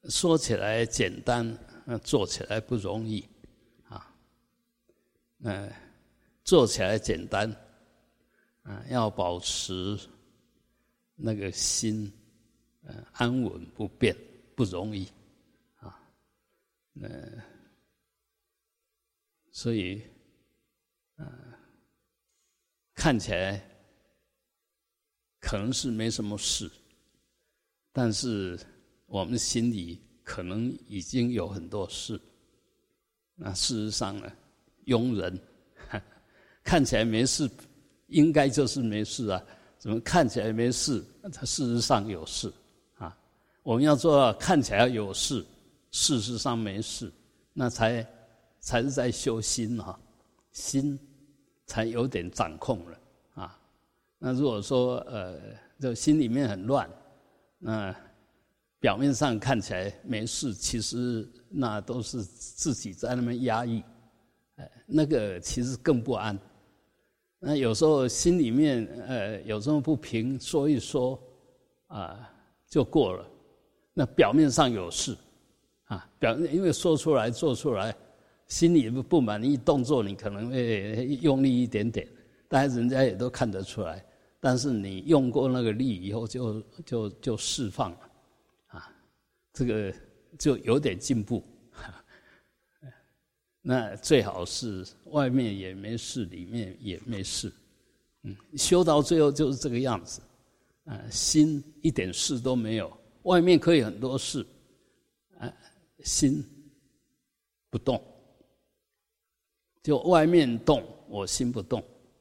说起来简单，做起来不容易啊。做起来简单，要保持那个心安稳不变，不容易啊。所以看起来可能是没什么事，但是我们心里可能已经有很多事。那事实上呢，庸人看起来没事，应该就是没事啊，怎么看起来没事，它事实上有事啊。我们要做到看起来有事，事实上没事，那才是在修心啊，心才有点掌控了啊。那如果说就心里面很乱，那表面上看起来没事，其实那都是自己在那边压抑，那个其实更不安。那有时候心里面有时候不平，说一说就过了。那表面上有事啊，因为说出来做出来，心里不满意，动作你可能会用力一点点，但是人家也都看得出来。但是你用过那个力以后就释放了啊，这个就有点进步。那最好是外面也没事，里面也没事。修到最后就是这个样子，心一点事都没有，外面可以很多事，心不动，就外面动，我心不动。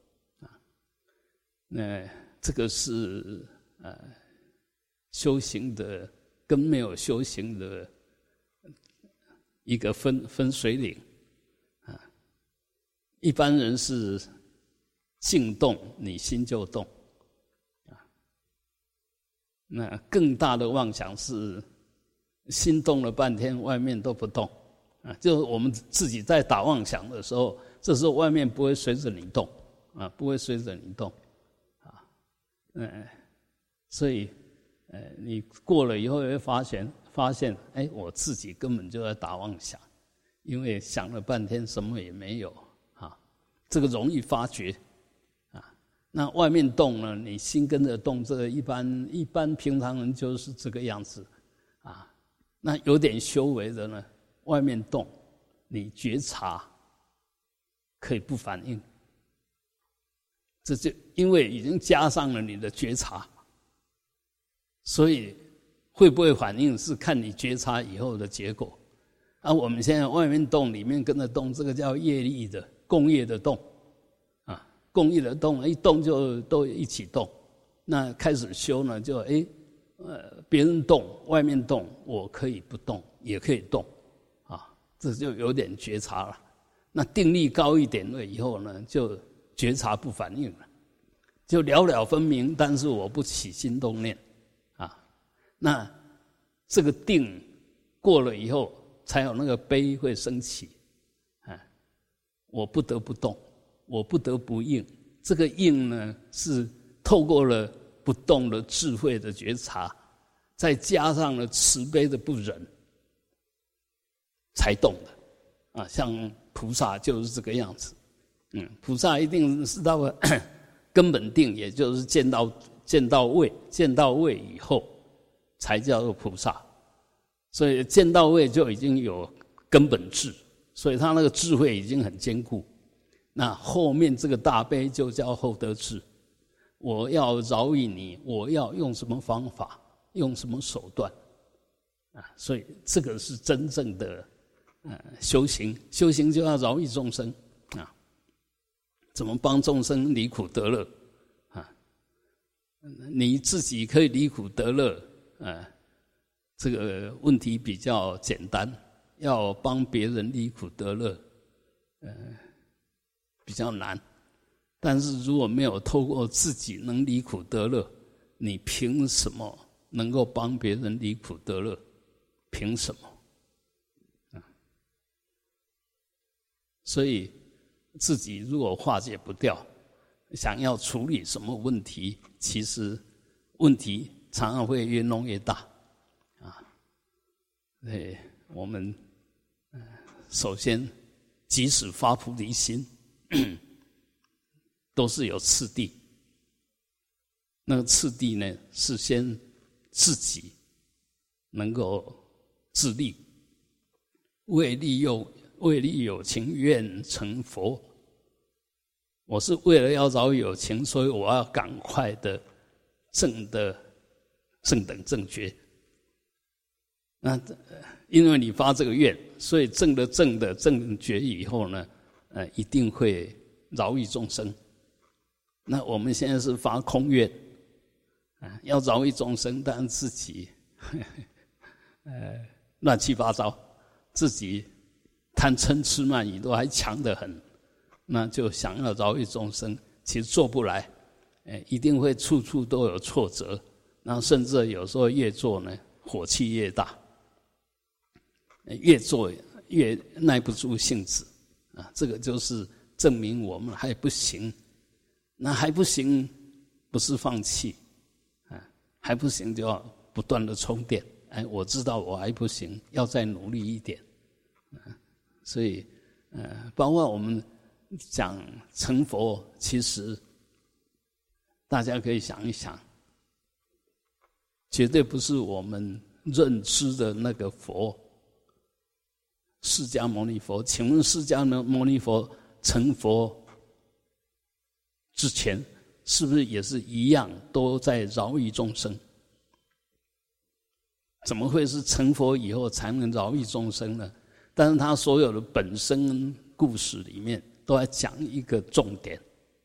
那这个是修行的跟没有修行的一个分水岭啊。一般人是静动，你心就动啊。那更大的妄想是心动了半天，外面都不动啊。就是我们自己在打妄想的时候，这时候外面不会随着你动啊，不会随着你动。所以你过了以后会发现我自己根本就在打妄想，因为想了半天什么也没有啊，这个容易发觉啊。那外面动呢，你心跟着动，这个一般平常人就是这个样子啊。那有点修为的呢，外面动，你觉察可以不反应。这就因为已经加上了你的觉察，所以会不会反应是看你觉察以后的结果。我们现在外面动，里面跟着动，这个叫业力的共业的动啊，共业的动，一动就都一起动。那开始修呢，就别人动，外面动，我可以不动，也可以动啊，这就有点觉察了。那定力高一点了以后呢，就觉察不反应了，就了了分明，但是我不起心动念啊。那这个定过了以后，才有那个悲会升起我不得不动，我不得不应。这个应呢，是透过了不动的智慧的觉察，再加上了慈悲的不忍，才动的像菩萨就是这个样子。菩萨一定是到了根本定，也就是见到位以后，才叫做菩萨。所以见到位就已经有根本智，所以他那个智慧已经很坚固。那后面这个大悲就叫后得智。我要饶益你，我要用什么方法，用什么手段所以这个是真正的修行。修行就要饶益众生怎么帮众生离苦得乐你自己可以离苦得乐这个问题比较简单，要帮别人离苦得乐比较难。但是如果没有透过自己能离苦得乐，你凭什么能够帮别人离苦得乐？凭什么所以自己如果化解不掉，想要处理什么问题，其实问题常常会越弄越大我们首先即使发菩提心都是有次第，那个次第呢是先自己能够自立，为利有情愿成佛。我是为了要找有情，所以我要赶快的证的正等正觉。那因为你发这个愿，所以证的正觉以后呢，一定会饶益众生。那我们现在是发空愿，要饶益众生，但自己乱七八糟，自己贪嗔痴慢疑都还强得很，那就想要饶益众生，其实做不来，一定会处处都有挫折，然后甚至有时候越做呢，火气越大，越做越耐不住性子啊，这个就是证明我们还不行。那还不行，不是放弃啊，还不行就要不断的充电。我知道我还不行，要再努力一点。所以包括我们讲成佛，其实大家可以想一想，绝对不是我们认知的那个佛，释迦牟尼佛。请问释迦牟尼佛成佛之前，是不是也是一样都在饶益众生？怎么会是成佛以后才能饶益众生呢？但是他所有的本身故事里面都在讲一个重点，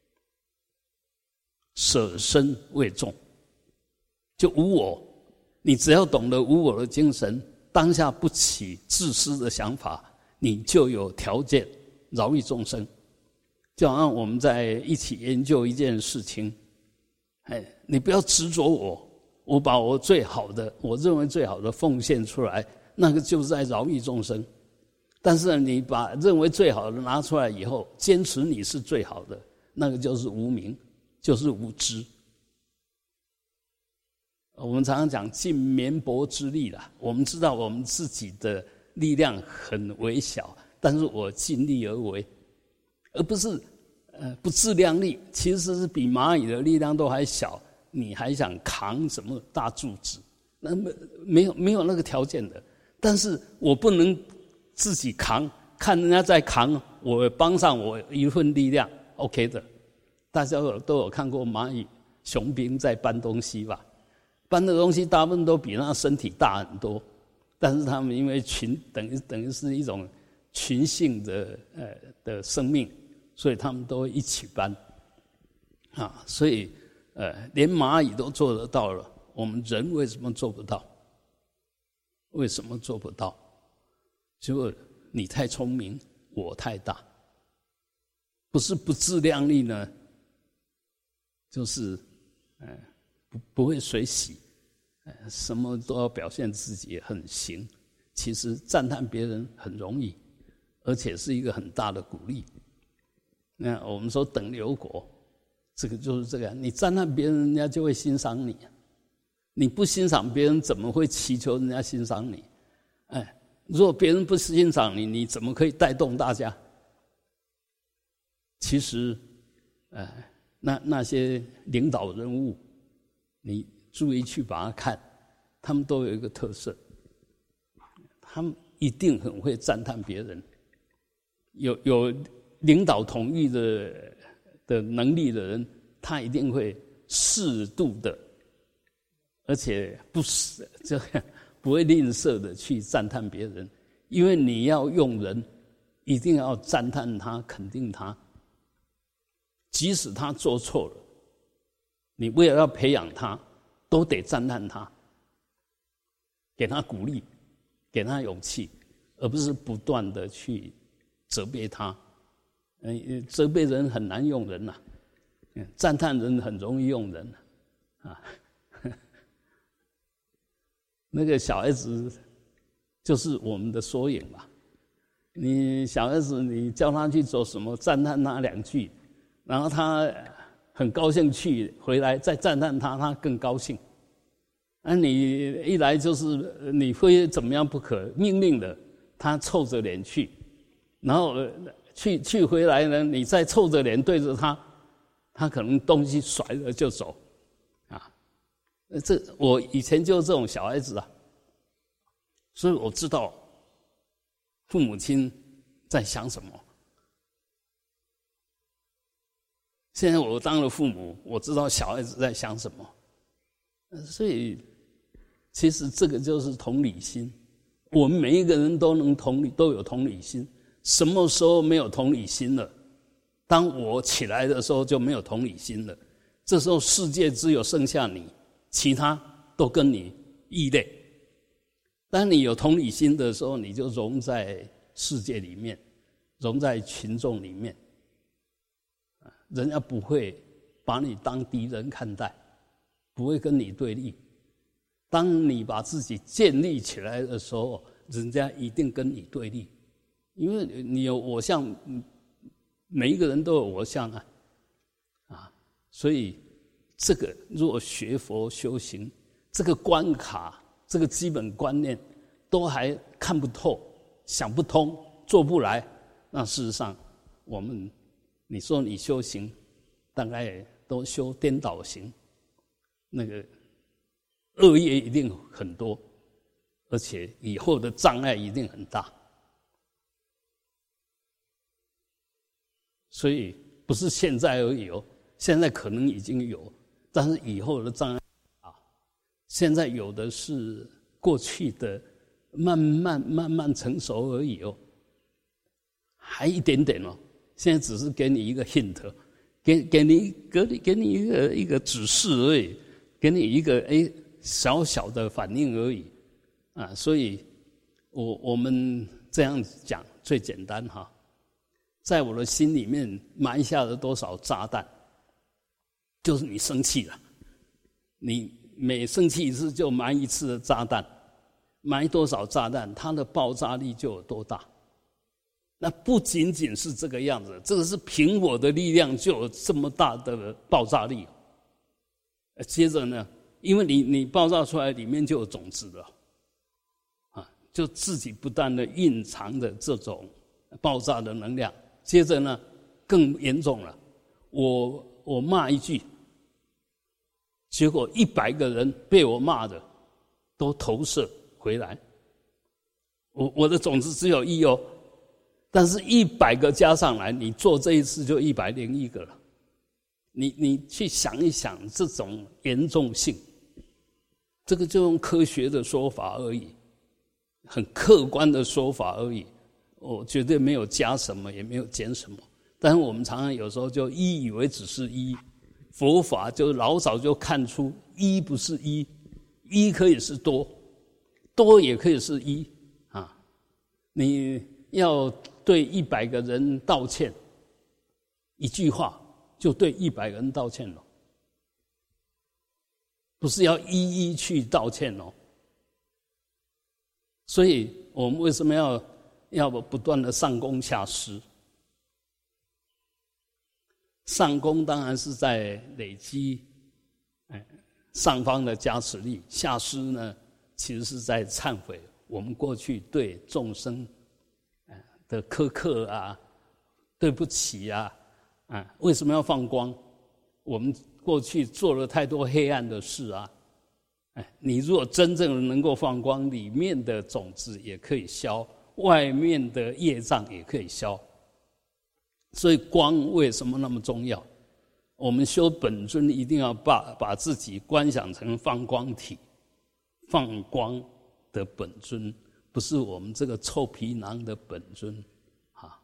舍身为重，就无我。你只要懂得无我的精神，当下不起自私的想法，你就有条件饶益众生。就好像我们在一起研究一件事情，你不要执着我把我最好的，我认为最好的奉献出来，那个就是在饶益众生。但是你把认为最好的拿出来以后，坚持你是最好的，那个就是无明，就是无知。我们常常讲尽绵薄之力啦，我们知道我们自己的力量很微小，但是我尽力而为，而不是不自量力，其实是比蚂蚁的力量都还小，你还想扛什么大柱子？那没有那个条件的。但是我不能自己扛，看人家在扛，我帮上我一份力量 ，OK 的。大家都有看过蚂蚁雄兵在搬东西吧？搬的东西大部分都比那身体大很多，但是他们因为等于是一种群性的生命，所以他们都一起搬啊。所以连蚂蚁都做得到了，我们人为什么做不到？为什么做不到？就你太聪明，我太大，不是不自量力呢，就是不会随喜，什么都要表现自己很行。其实赞叹别人很容易，而且是一个很大的鼓励。那我们说等流果，这个就是这个，你赞叹别人，人家就会欣赏你。你不欣赏别人，怎么会祈求人家欣赏你？如果别人不欣赏你，你怎么可以带动大家？其实，那些领导人物，你注意去把它看，他们都有一个特色，他们一定很会赞叹别人。有领导统御的能力的人，他一定会适度的，而且不会吝啬的去赞叹别人，因为你要用人，一定要赞叹他，肯定他，即使他做错了，你为了要培养他，都得赞叹他，给他鼓励，给他勇气，而不是不断的去责备他。责备人很难用人呐，赞叹人很容易用人啊。那个小孩子就是我们的缩影嘛。你小孩子，你叫他去做什么，赞叹他2句，然后他很高兴去，回来再赞叹他，他更高兴。 你一来就是你非怎么样不可，命令的他臭着脸去，然后去回来呢，你再臭着脸对着他，他可能东西甩了就走，啊，我以前就是这种小孩子啊，所以我知道父母亲在想什么。现在我当了父母，我知道小孩子在想什么，所以其实这个就是同理心。我们每一个人都有同理心。什么时候没有同理心了？当我起来的时候就没有同理心了。这时候世界只有剩下你，其他都跟你异类。当你有同理心的时候，你就融在世界里面，融在群众里面，人家不会把你当敌人看待，不会跟你对立。当你把自己建立起来的时候，人家一定跟你对立，因为你有我相，每一个人都有我相啊，所以这个若学佛修行，这个关卡，这个基本观念都还看不透、想不通、做不来，那事实上你说你修行，大概都修颠倒行，那个恶业一定很多，而且以后的障碍一定很大。所以不是现在而已哦，现在可能已经有，但是以后的障碍啊，现在有的是过去的慢慢成熟而已哦，还一点点哦。现在只是给你一个 hint， 给你一个指示而已，给你一个小小的反应而已啊。所以我们这样讲最简单哈。在我的心里面埋下了多少炸弹，就是你生气了，你每生气一次就埋一次的炸弹，埋多少炸弹，它的爆炸力就有多大。那不仅仅是这个样子，这个是凭我的力量就有这么大的爆炸力。接着呢，因为你爆炸出来里面就有种子了，啊，就自己不断的蕴藏的这种爆炸的能量。接着呢，更严重了，我骂一句，结果100个人被我骂的都投射回来。我的种子只有1哦，但是100个加上来，你做这一次就101个了。你去想一想这种严重性，这个就用科学的说法而已，很客观的说法而已。我绝对没有加什么，也没有减什么。但是我们常常有时候就以为只是一，佛法就老早就看出一不是一，一可以是多，多也可以是一啊。你要对100个人道歉，一句话就对100个人道歉了，不是要一一去道歉哦。所以我们为什么要不断的上供下施？上供当然是在累积上方的加持力，下施呢其实是在忏悔我们过去对众生的苛刻啊，对不起啊，为什么要放光？我们过去做了太多黑暗的事啊。你如果真正的能够放光，里面的种子也可以消，外面的业障也可以消。所以光为什么那么重要？我们修本尊一定要把自己观想成放光体，放光的本尊，不是我们这个臭皮囊的本尊啊。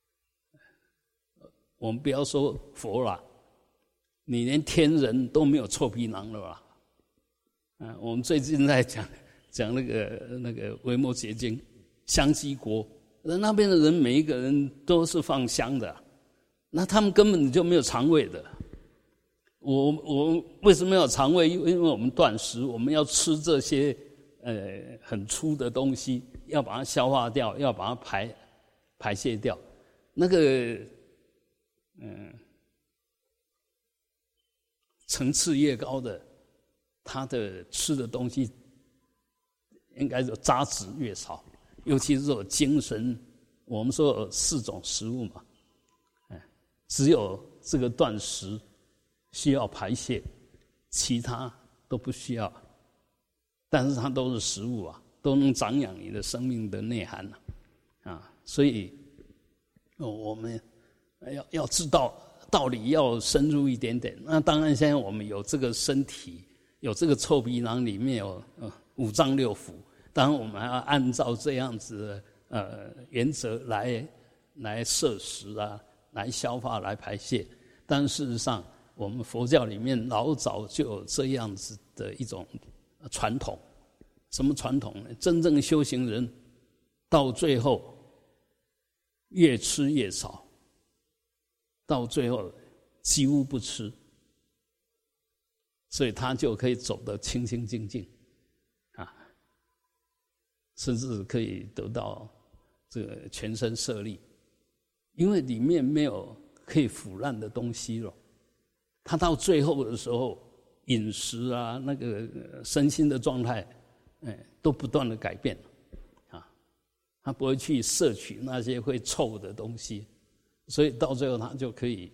我们不要说佛啦，你连天人都没有臭皮囊了吧？我们最近在讲那个维摩诘经，香积国，那边的人每一个人都是放香的，那他们根本就没有肠胃的。我为什么要有肠胃？因为我们断食，我们要吃这些很粗的东西，要把它消化掉，要把它排泄掉。那个层次越高的， 他的吃的东西应该是杂质越少，尤其是有精神。我们说有4种食物嘛，只有这个断食需要排泄，其他都不需要。但是它都是食物啊，都能长养你的生命的内涵啊。所以我们要知道道理，要深入一点点。那当然，现在我们有这个身体，有这个臭皮囊，里面有5脏6腑，当然我们还要按照这样子的原则来摄食啊，来消化，来排泄。但事实上，我们佛教里面老早就有这样子的一种传统。什么传统呢？真正修行人到最后越吃越少，到最后几乎不吃，所以他就可以走得清清净净啊，甚至可以得到这个全身舍利，因为里面没有可以腐烂的东西了。他到最后的时候，饮食啊，那个身心的状态，都不断的改变啊，他不会去摄取那些会臭的东西，所以到最后他就可以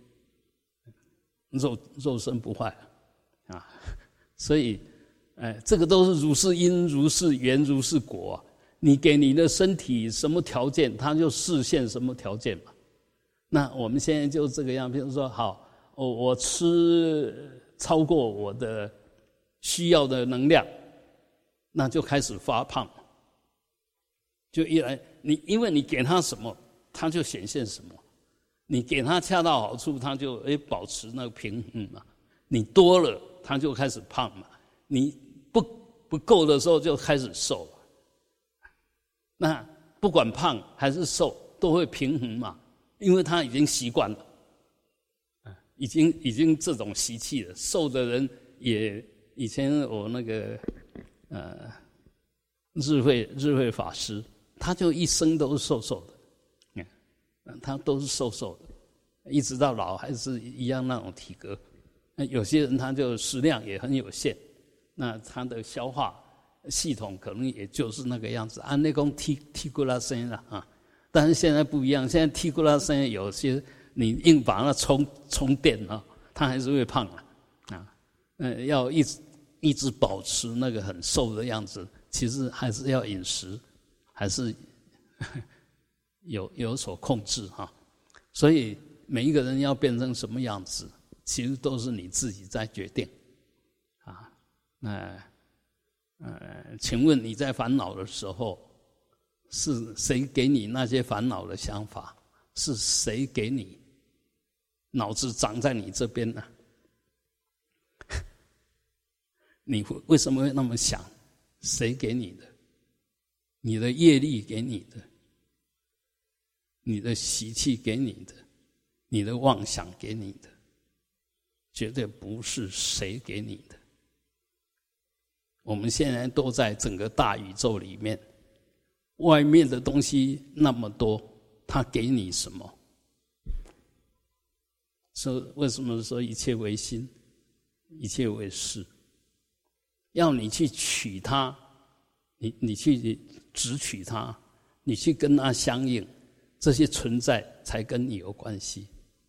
肉身不坏啊。所以这个都是如是因如是缘如是果啊。你给你的身体什么条件，它就示现什么条件嘛。那我们现在就这个样，比如说好，我吃超过我的需要的能量，那就开始发胖。就因为你给他什么，他就显现什么。你给他恰到好处，他就保持那个平衡嘛。你多了，他就开始胖嘛。你不够的时候，就开始瘦。那不管胖还是瘦，都会平衡嘛，因为他已经习惯了，已经这种习气了。瘦的人也，以前我那个日慧法师，他就一生都是瘦瘦的，他都是瘦瘦的，一直到老还是一样那种体格。那有些人他就食量也很有限，那他的消化系统可能也就是那个样子。按那讲剃骨拉生了啊，但是现在不一样，现在剃骨拉生有些你硬把它充电啊，它还是会胖啊。要一直保持那个很瘦的样子，其实还是要饮食，还是有所控制哈。所以每一个人要变成什么样子，其实都是你自己在决定啊。请问你在烦恼的时候，是谁给你那些烦恼的想法？是谁给你脑子长在你这边呢？你为什么会那么想？谁给你的？你的业力给你的，你的习气给你的，你的妄想给你的，绝对不是谁给你的。我们现在都在整个大宇宙里面，外面的东西那么多，他给你什么？说为什么说一切为心，一切为事？要你去取它，你去只取它，你去跟它相应，这些存在才跟你有关系。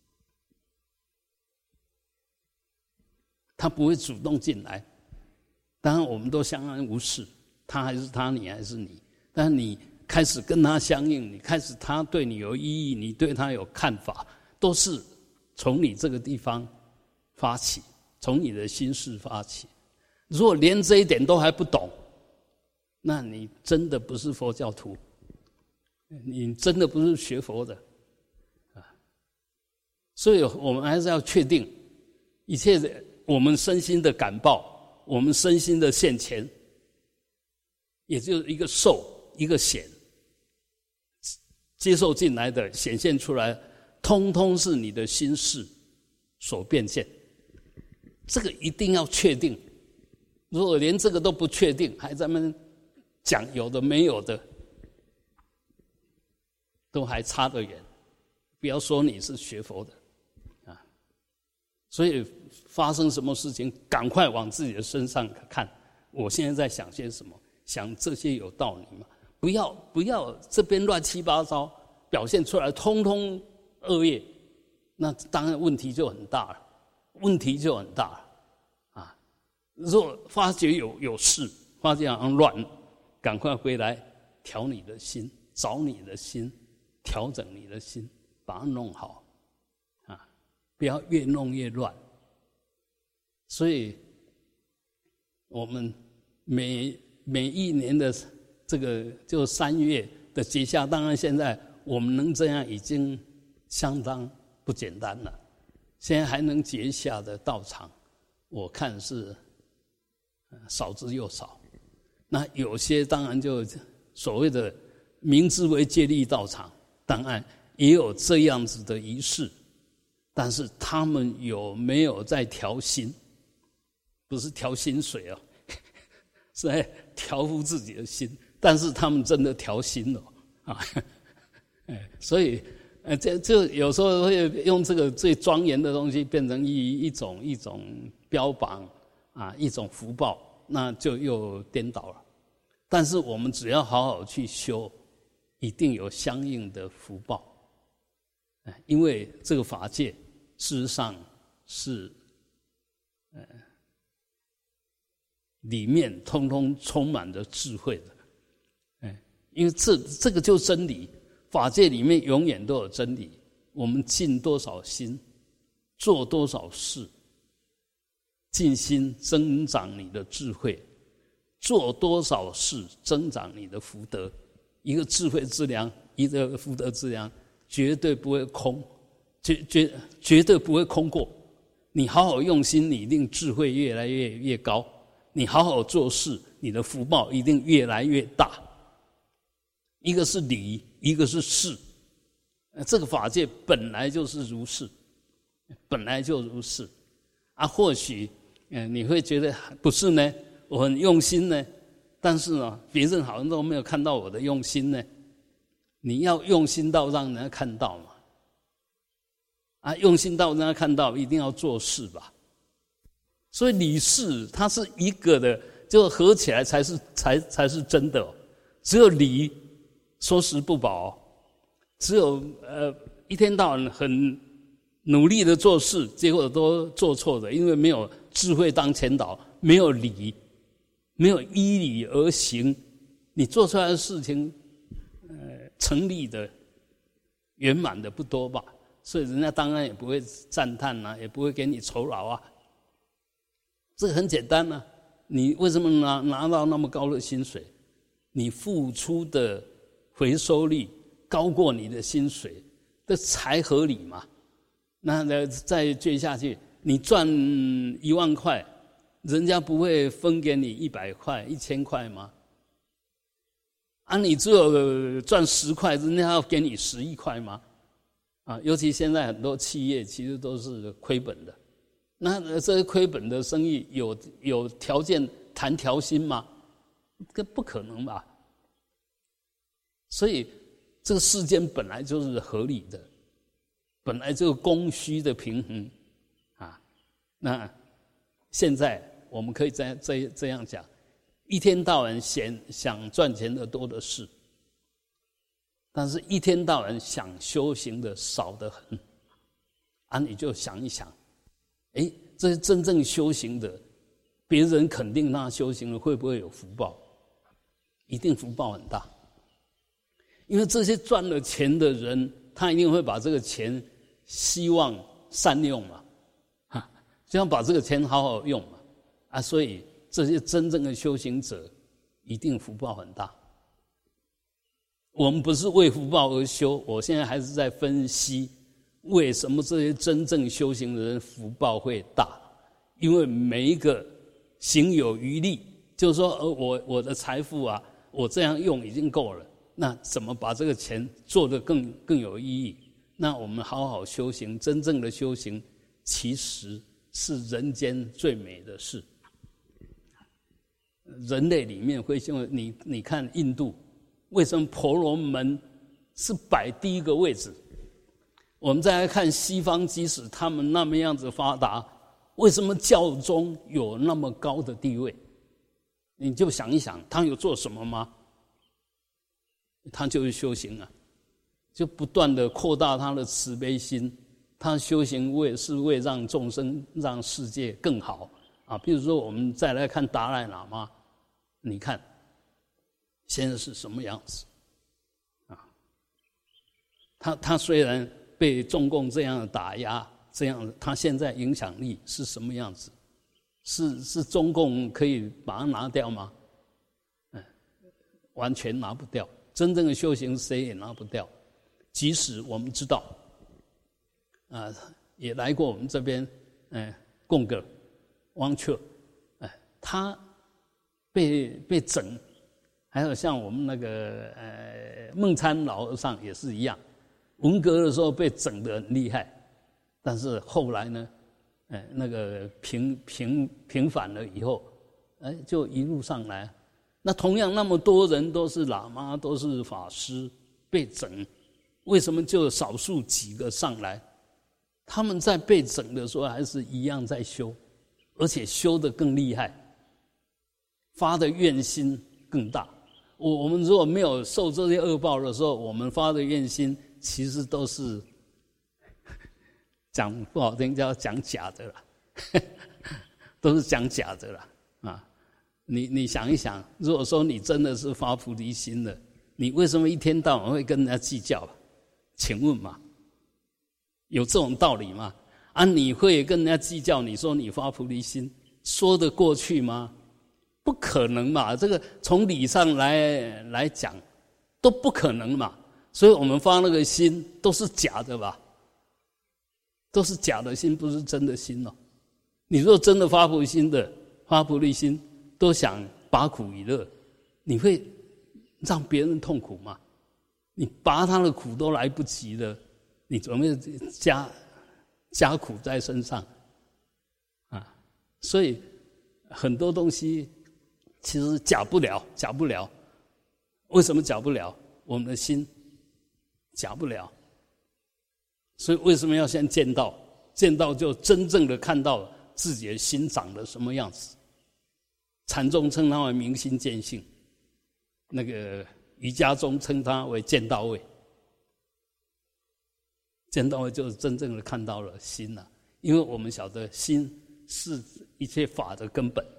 它不会主动进来。当然我们都相安无事，他还是他，你还是你。但是你开始跟他相应，你开始他对你有意义，你对他有看法，都是从你这个地方发起，从你的心事发起。如果连这一点都还不懂，那你真的不是佛教徒，你真的不是学佛的啊。所以我们还是要确定一切我们身心的感报，我们身心的现前，也就是一个受一个显，接受进来的显现出来，通通是你的心事所变现。这个一定要确定。如果连这个都不确定，还在那边讲有的没有的，都还差得远。不要说你是学佛的啊。 所以发生什么事情，赶快往自己的身上看。我现在在想些什么？想这些有道理吗？不要这边乱七八糟表现出来，通通恶业，那当然问题就很大了。啊！如果发觉有事，发觉好像乱，赶快回来调你的心，找你的心，调整你的心，把它弄好啊！不要越弄越乱。所以，我们每一年的这个就3月的节下，当然现在我们能这样已经相当不简单了。现在还能结下的道场，我看是少之又少。那有些当然就所谓的明之为戒律道场，当然也有这样子的仪式，但是他们有没有在调心？不是调薪水哦，是在调伏自己的心。但是他们真的调心了啊！所以这有时候会用这个最庄严的东西变成一种标榜啊，一种福报，那就又颠倒了。但是我们只要好好去修，一定有相应的福报。因为这个法界事实上是里面通通充满着智慧的。因为这个就是真理。法界里面永远都有真理，我们尽多少心，做多少事，尽心增长你的智慧，做多少事增长你的福德。一个智慧之粮，一个福德之粮，绝对不会空，绝对不会空过。你好好用心，你一定智慧越来越高；你好好做事，你的福报一定越来越大。一个是理，一个是事，这个法界本来就是如是，本来就如是啊。或许你会觉得不是呢，我很用心呢，但是呢，别人好像都没有看到我的用心呢。你要用心到让人家看到嘛，啊，用心到让人家看到，一定要做事吧。所以理事它是一个的，就合起来才是真的。只有理说实不保，只有一天到晚很努力的做事，结果都做错的，因为没有智慧当前导，没有理，没有依理而行，你做出来的事情，成立的圆满的不多吧，所以人家当然也不会赞叹啊，也不会给你酬劳啊。这个很简单啊，你为什么拿到那么高的薪水？你付出的回收率高过你的薪水，这才合理嘛。那再接下去，你赚1万块，人家不会分给你100块、1000块吗？啊，你只有赚10块，人家要给你11块吗？啊，尤其现在很多企业其实都是亏本的，那这些亏本的生意有条件谈调薪吗？这不可能吧。所以这个世间本来就是合理的，本来就供需的平衡啊。那现在我们可以这样讲，一天到晚想赚钱的多的是，但是一天到晚想修行的少得很啊。你就想一想，这些真正修行的，别人肯定他修行了，会不会有福报？一定福报很大。因为这些赚了钱的人，他一定会把这个钱希望善用嘛，希望把这个钱好好用嘛，啊，所以这些真正的修行者一定福报很大。我们不是为福报而修，我现在还是在分析为什么这些真正修行的人福报会大。因为每一个行有余力，就是说我的财富啊，我这样用已经够了，那怎么把这个钱做得更有意义？那我们好好修行，真正的修行其实是人间最美的事。人类里面会修，你看印度，为什么婆罗门是摆第一个位置？ 我们再来看西方，即使他们那么样子发达，为什么教宗有那么高的地位？你就想一想，他有做什么吗？他就是修行啊，就不断的扩大他的慈悲心。他修行是为让众生、让世界更好啊。比如说，我们再来看达赖喇嘛，你看现在是什么样子啊？他虽然被中共这样的打压，这样他现在影响力是什么样子？是中共可以把它拿掉吗？完全拿不掉。真正的修行谁也拿不掉。即使我们知道，也来过我们这边，贡格、汪彻，他被整，还有像我们那个孟参老和尚也是一样，文革的时候被整得很厉害，但是后来呢，那个平反了以后，就一路上来。那同样那么多人都是喇嘛，都是法师被整，为什么就少数几个上来？他们在被整的时候还是一样在修，而且修得更厉害，发的愿心更大。我们如果没有受这些恶报的时候，我们发的愿心其实都是讲不好听叫讲假的啦，都是讲假的啦啊！你想一想，如果说你真的是发菩提心的，你为什么一天到晚会跟人家计较？请问嘛，有这种道理吗？你会跟人家计较？你说你发菩提心，说得过去吗？不可能嘛！这个从理上来讲，都不可能嘛。所以我们发那个心都是假的吧？都是假的心，不是真的心哦。你若真的发菩提心，都想拔苦以乐，你会让别人痛苦吗？你拔他的苦都来不及了，你怎么会加苦在身上啊？所以很多东西其实假不了。为什么假不了？我们的心假不了。所以为什么要先见到？见到就真正的看到自己的心长得什么样子。禅宗称它为明心见性，那个瑜伽宗称它为见到位。见到位就是真正的看到了心了，因为我们晓得心是一切法的根本，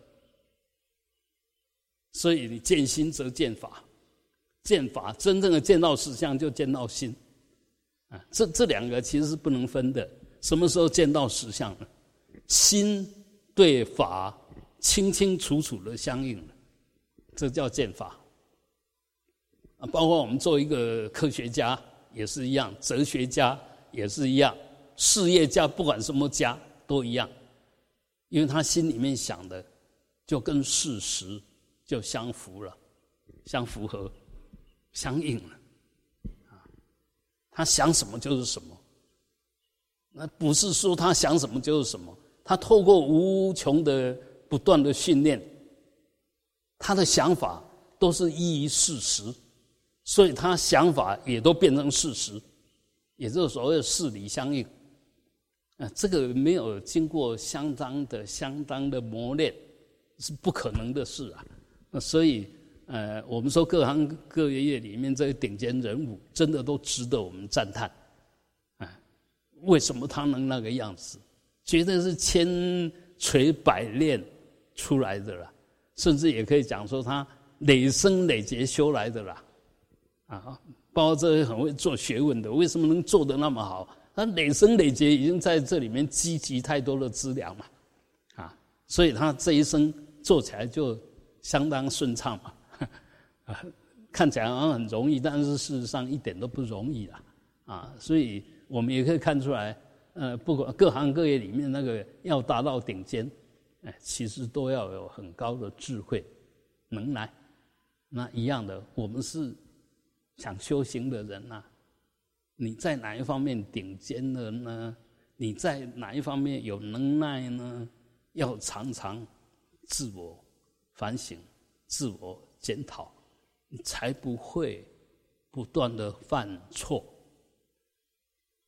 所以你见心则见法，见法真正的见到实相就见到心啊，这两个其实是不能分的。什么时候见到实相呢？心对法清清楚楚的相应了，这叫见法。包括我们做一个科学家也是一样，哲学家也是一样，事业家不管什么家都一样，因为他心里面想的就跟事实就相符了，相符合，相应了。他想什么就是什么，那不是说他想什么就是什么，他透过无穷的不断的训练，他的想法都是依于事实，所以他想法也都变成事实，也就是所谓的事理相应。这个没有经过相当的磨练是不可能的事啊。所以我们说各行各业里面这些顶尖人物真的都值得我们赞叹。为什么他能那个样子？绝对是千锤百炼出来的啦，甚至也可以讲说他累生累劫修来的啦。包括这些很会做学问的，为什么能做得那么好？他累生累劫已经在这里面积集太多的资粮嘛，所以他这一生做起来就相当顺畅嘛，看起来好像很容易，但是事实上一点都不容易啦，所以我们也可以看出来，不管各行各业里面那个要达到顶尖，其实都要有很高的智慧、能耐。那一样的，我们是想修行的人啊，你在哪一方面顶尖了呢？你在哪一方面有能耐呢？要常常自我反省、自我检讨，你才不会不断的犯错。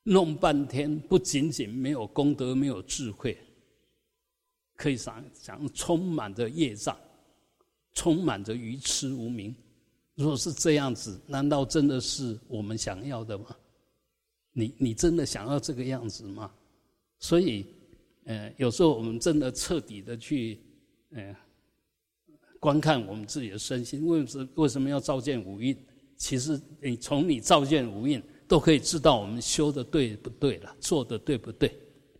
弄半天，不仅仅没有功德，没有智慧，可以讲充满着业障，充满着愚痴无明。如果是这样子，难道真的是我们想要的吗？你真的想要这个样子吗？所以，有时候我们真的彻底的去，观看我们自己的身心。为什么要照见五蕴？其实你从你照见五蕴，都可以知道我们修的对不对了，做的对不对。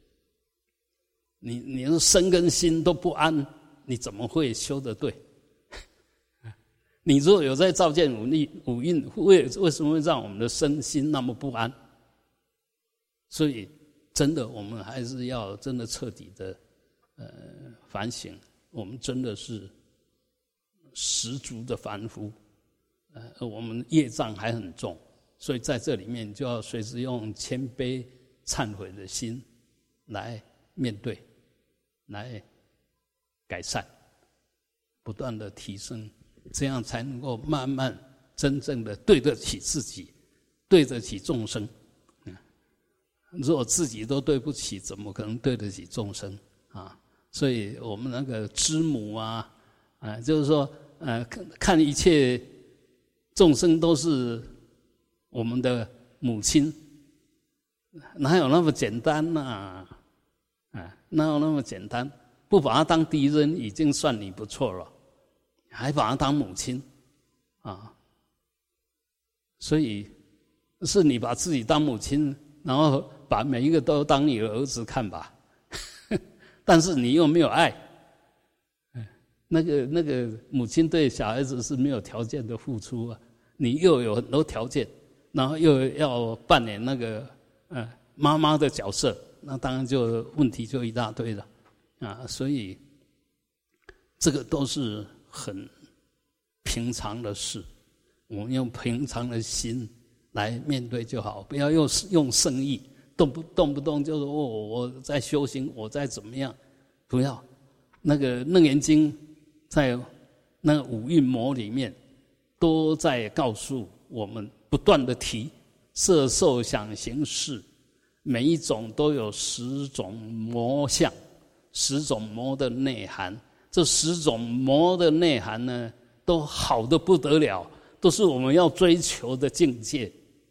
你的身跟心都不安，你怎么会修得对？你如果有在照见五蕴，为什么会让我们的身心那么不安？所以真的，我们还是要真的彻底的反省，我们真的是十足的凡夫，我们业障还很重，所以在这里面就要随时用谦卑忏悔的心来面对，来改善，不断的提升，这样才能够慢慢真正的对得起自己，对得起众生。如果自己都对不起，怎么可能对得起众生啊？所以我们那个知母啊，就是说，看一切众生都是我们的母亲，哪有那么简单呐？哪有那么简单？不把他当敌人，已经算你不错了，还把他当母亲啊！所以是你把自己当母亲，然后把每一个都当你的儿子看吧，但是你又没有爱，那个母亲对小孩子是没有条件的付出啊，你又有很多条件，然后又要扮演那个妈妈的角色，那当然就问题就一大堆了啊！所以这个都是很平常的事，我们用平常的心来面对就好，不要用圣意，动不动就说我在修行，我在怎么样，不要。那个《楞严经》在那个五蕴魔里面，都在告诉我们，不断的提色受想行识，每一种都有10种魔相，10种魔的内涵。这10种魔的内涵呢，都好得不得了，都是我们要追求的境界。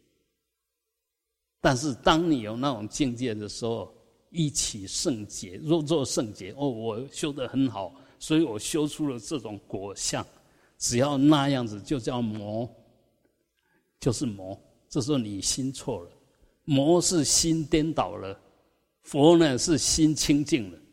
但是当你有那种境界的时候，一起圣洁，若作圣洁，我修得很好，所以我修出了这种果相，只要那样子就叫魔，就是魔。这时候你心错了，魔是心颠倒了，佛呢是心清净了。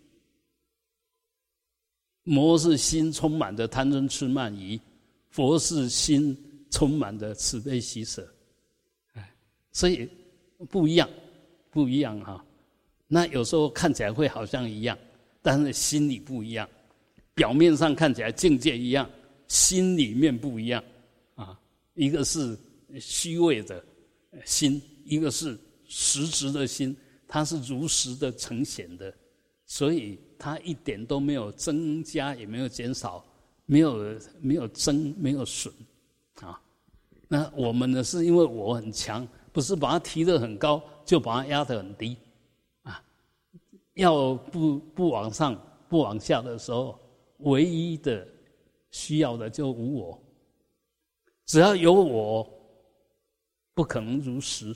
魔是心充满着贪嗔痴慢疑，佛是心充满着慈悲喜舍。所以不一样哈。那有时候看起来会好像一样，但是心里不一样。表面上看起来境界一样，心里面不一样啊。一个是虚伪的心，一个是实质的心，它是如实的呈现的，所以它一点都没有增加，也没有减少，没有增，没有损啊。那我们呢，是因为我很强，不是把它提得很高，就把它压得很低啊。要不往上不往下的时候，唯一的需要的就无我。只要有我，不可能如实。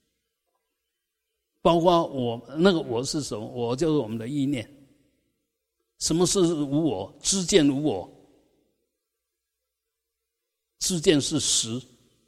包括我那个我是什么？我就是我们的意念。什么是无我？知见无我。知见是实，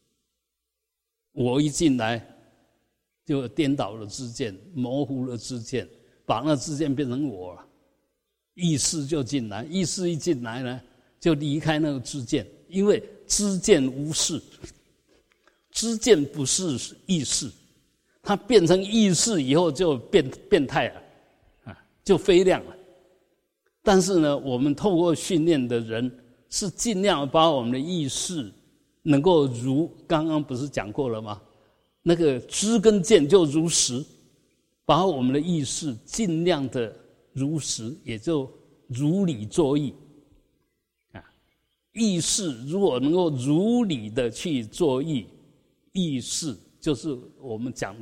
我一进来就颠倒了知见，模糊了知见，把那知见变成我了。意识就进来，意识一进来呢，就离开那个知见，因为知见无事，知见不是意识，它变成意识以后就变态了，就非量了。但是呢，我们透过训练的人是尽量把我们的意识能够如刚刚不是讲过了吗？那个知跟见就如实，把我们的意识尽量的如实，也就如理作意啊。意识如果能够如理的去作意，意识就是我们讲的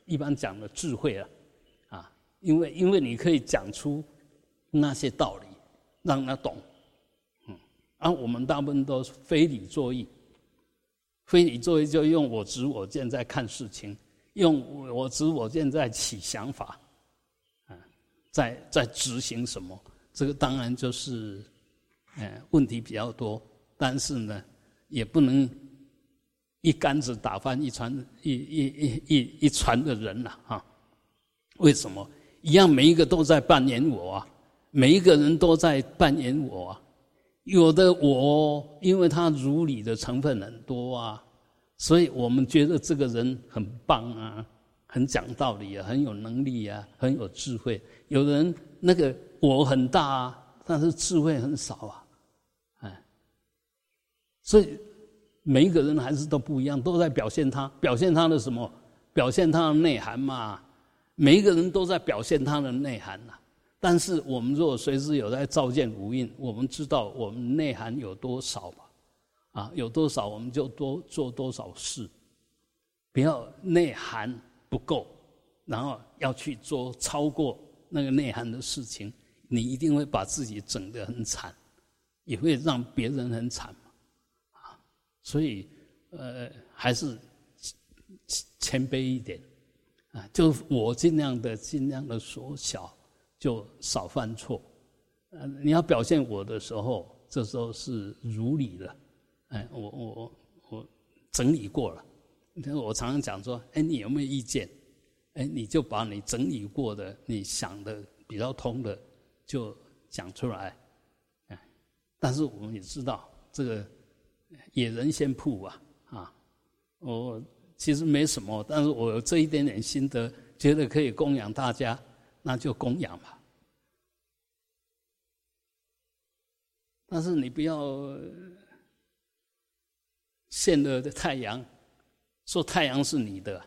一般讲的智慧啊，因为你可以讲出那些道理，让他懂。我们大部分都是非理作意，非理作意就用我执我见在看事情，用我执我见在起想法，在执行什么，这个当然就是问题比较多，但是呢，也不能一竿子打翻一船的人了哈。为什么？一样每一个都在扮演我啊，每一个人都在扮演我啊。有的我因为他如理的成分很多啊，所以我们觉得这个人很棒啊，很讲道理啊，很有能力啊，很有智慧。有的人那个我很大啊，但是智慧很少啊，所以每一个人还是都不一样，都在表现他的什么？表现他的内涵嘛。每一个人都在表现他的内涵啊。但是我们如果随时有在照见五蕴，我们知道我们内涵有多少吧？有多少我们就多做多少事，不要内涵不够，然后要去做超过那个内涵的事情，你一定会把自己整得很惨，也会让别人很惨嘛。所以还是谦卑一点就我尽量的缩小。就少犯错，你要表现我的时候，这时候是如理的，我整理过了。我常常讲说，你有没有意见？你就把你整理过的、你想的比较通的就讲出来。但是我们也知道，这个野人先瀑我其实没什么，但是我有这一点点心得，觉得可以供养大家。那就供养吧，但是你不要现了的太阳，说太阳是你的，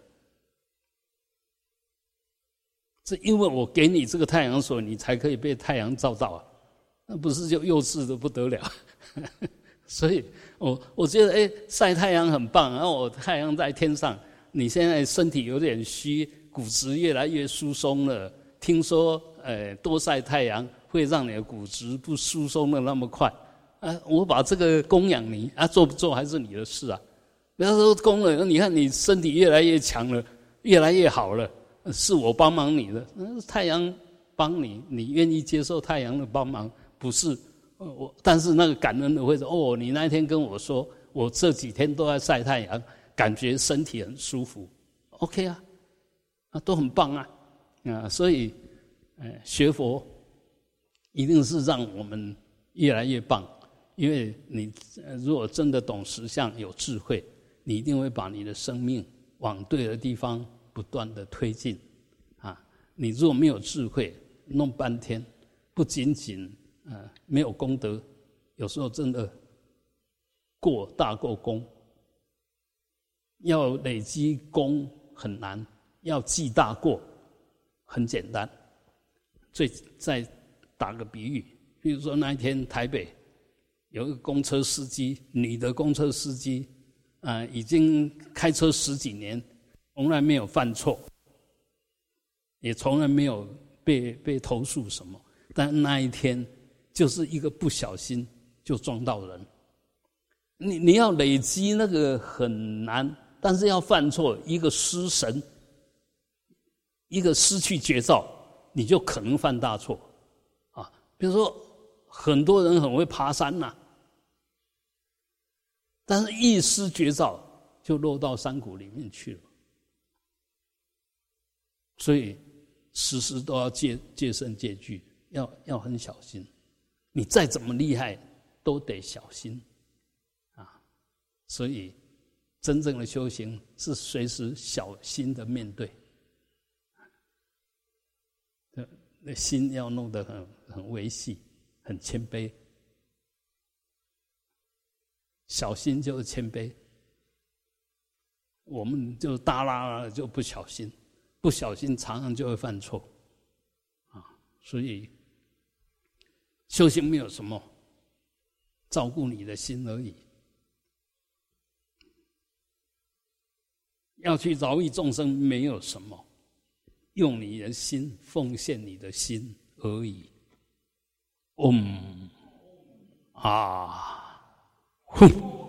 是因为我给你这个太阳，所以你才可以被太阳照到那不是就幼稚的不得了？所以我觉得晒太阳很棒，然后我太阳在天上，你现在身体有点虚，骨质越来越疏松了。听说多晒太阳会让你的骨质不疏松的那么快我把这个供养你做不做还是你的事啊。不要说供了，你看你身体越来越强了，越来越好了，是我帮忙你的，太阳帮你，你愿意接受太阳的帮忙，不是但是那个感恩的会说你那一天跟我说，我这几天都在晒太阳，感觉身体很舒服 ，OK 都很棒所以学佛一定是让我们越来越棒，因为你如果真的懂实相有智慧，你一定会把你的生命往对的地方不断的推进你如果没有智慧，弄半天不仅仅没有功德，有时候真的大过功。要累积功很难，要记大过很简单。再打个比喻，比如说那一天台北有一个公车司机，女的公车司机已经开车10几年，从来没有犯错，也从来没有被投诉什么，但那一天就是一个不小心就撞到人。你要累积那个很难，但是要犯错，一个失神，一个失去觉照，你就可能犯大错比如说很多人很会爬山但是一失觉照就落到山谷里面去了。所以时时都要戒慎戒惧，要很小心。你再怎么厉害都得小心所以真正的修行是随时小心的面对，那心要弄得很微细，很谦卑。小心就是谦卑，我们就大啦就不小心，不小心常常就会犯错所以修行没有什么，照顾你的心而已。要去饶益众生没有什么， 用你的心奉献你的心而已。啊，呼。